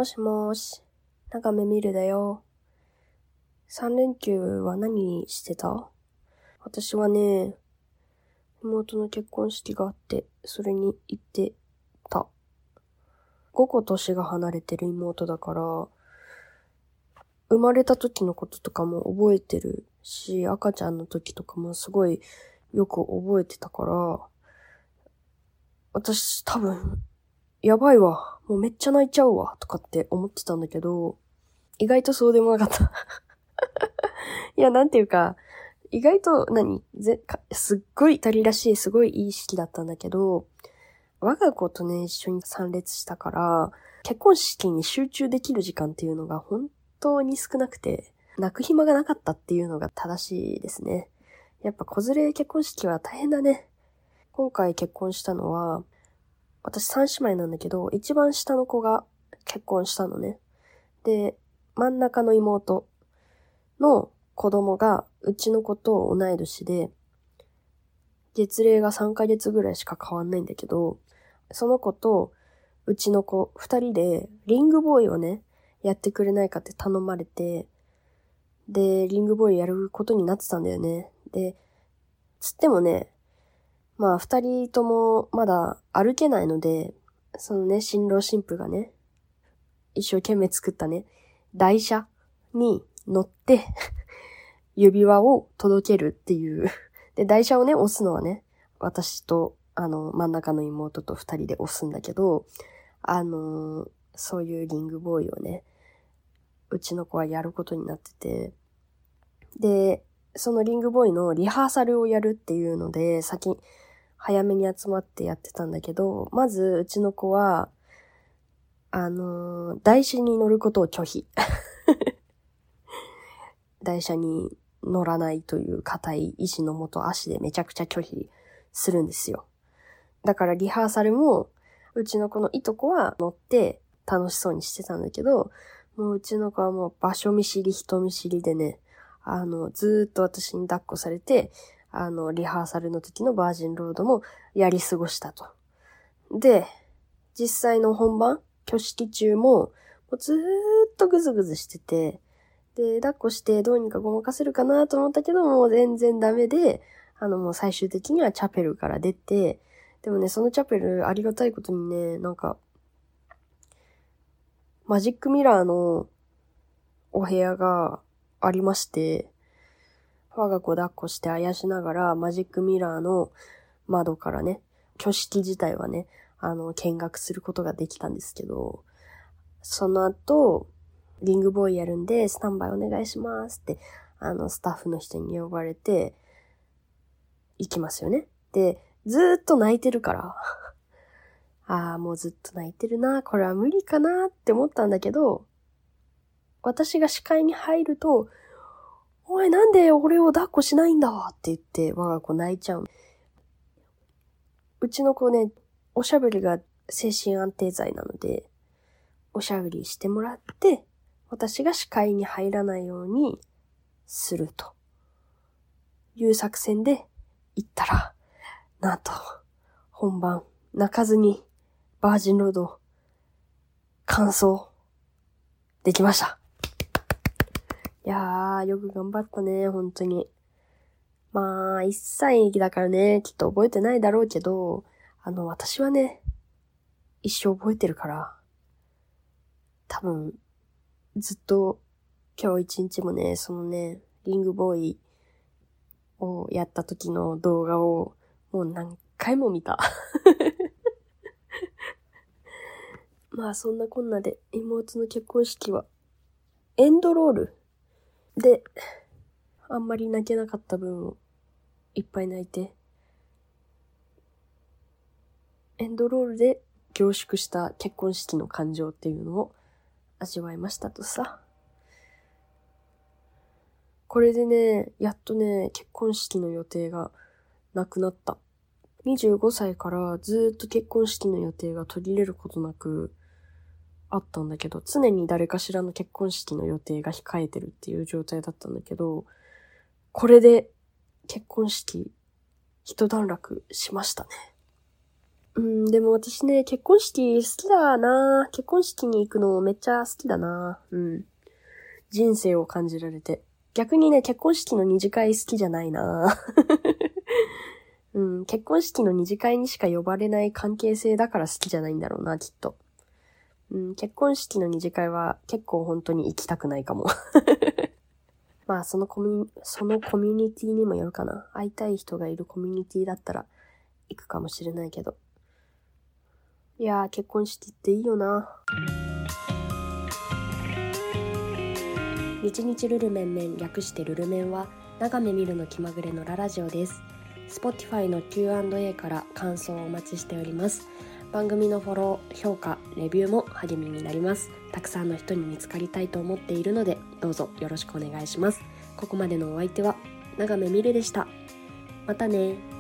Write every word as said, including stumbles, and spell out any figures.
もしもーし、長め見るだよ。三連休は何してた？私はね、妹の結婚式があって、それに行ってた。ごこ年が離れてる妹だから、生まれた時のこととかも覚えてるし、赤ちゃんの時とかもすごいよく覚えてたから、私多分、やばいわ、もうめっちゃ泣いちゃうわ、とかって思ってたんだけど、意外とそうでもなかった。いや、なんていうか、意外と何ぜかすっごい二人らしい、すごいいい式だったんだけど、我が子とね、一緒に参列したから、結婚式に集中できる時間っていうのが本当に少なくて、泣く暇がなかったっていうのが正しいですね。やっぱ子連れ結婚式は大変だね。今回結婚したのは、私三姉妹なんだけど、一番下の子が結婚したのね。で、真ん中の妹の子供がうちの子と同い年で、月齢がさんかげつぐらいしか変わんないんだけど、その子とうちの子二人でリングボーイをね、やってくれないかって頼まれて、で、リングボーイやることになってたんだよね。で、つってもね、まあ二人ともまだ歩けないので、そのね、新郎新婦がね、一生懸命作ったね、台車に乗って指輪を届けるっていう。で、台車をね、押すのはね、私と、あの、真ん中の妹と二人で押すんだけど、あのー、そういうリングボーイをね、うちの子はやることになってて、で、そのリングボーイのリハーサルをやるっていうので、先、早めに集まってやってたんだけど、まず、うちの子は、あのー、台車に乗ることを拒否。台車に乗らないという固い意志のもと足でめちゃくちゃ拒否するんですよ。だからリハーサルも、うちの子のいとこは乗って楽しそうにしてたんだけど、もううちの子はもう場所見知り人見知りでね、あの、ずーっと私に抱っこされて、あの、リハーサルの時のバージンロードもやり過ごしたと。で、実際の本番、挙式中も、もうずーっとぐずぐずしてて、で、抱っこしてどうにかごまかせるかなと思ったけど、もう全然ダメで、あのもう最終的にはチャペルから出て、でもね、そのチャペルありがたいことにね、なんか、マジックミラーのお部屋がありまして、我が子抱っこしてあやしながらマジックミラーの窓からね、挙式自体はね、あの、見学することができたんですけど、その後、リングボーイやるんで、スタンバイお願いしますって、あの、スタッフの人に呼ばれて、行きますよね。で、ずーっと泣いてるから、ああ、もうずっと泣いてるな、これは無理かなって思ったんだけど、私が視界に入ると、おい、なんで俺を抱っこしないんだって言って、我が子泣いちゃう。うちの子ね、おしゃべりが精神安定剤なので、おしゃべりしてもらって、私が視界に入らないようにするという作戦で行ったら、なんと本番泣かずにバージンロード完走できました。いやー、よく頑張ったね、本当に。まあ、一歳だからね、きっと覚えてないだろうけど、あの、私はね、一生覚えてるから、多分、ずっと今日一日もね、そのね、リングボーイをやった時の動画をもう何回も見た。まあそんなこんなで妹の結婚式はエンドロールであんまり泣けなかった分をいっぱい泣いて、エンドロールで凝縮した結婚式の感情っていうのを味わいましたとさ。これでね、やっとね、結婚式の予定がなくなった。にじゅうごさいからずーっと結婚式の予定が途切れることなくあったんだけど、常に誰かしらの結婚式の予定が控えてるっていう状態だったんだけど、これで結婚式一段落しましたね。 うん、でも私ね、結婚式好きだな。結婚式に行くのめっちゃ好きだな。うん。人生を感じられて。逆にね、結婚式の二次会好きじゃないな。うん、結婚式の二次会にしか呼ばれない関係性だから好きじゃないんだろうな、きっと。うん、結婚式の二次会は結構本当に行きたくないかも。まあ、そのコミュニ、そのコミュニティにもよるかな。会いたい人がいるコミュニティだったら行くかもしれないけど。いやー、結婚式っていいよな。日日ルルメンメン略してルルメンは、長め見るの気まぐれのララジオです。Spotify の キューアンドエー から感想をお待ちしております。番組のフォロー、評価、レビューも励みになります。たくさんの人に見つかりたいと思っているので、どうぞよろしくお願いします。ここまでのお相手は、長めみるでした。またね。